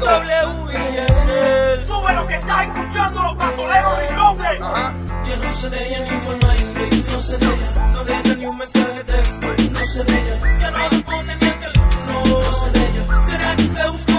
Sube lo que estás escuchando, los bandoleros de Roble. Yo no sé de ella ni por MySpace, no sé de ella, no deja ni un mensaje de texto, no sé de ella, ya no responde ni el teléfono, no sé de ella, será que se busca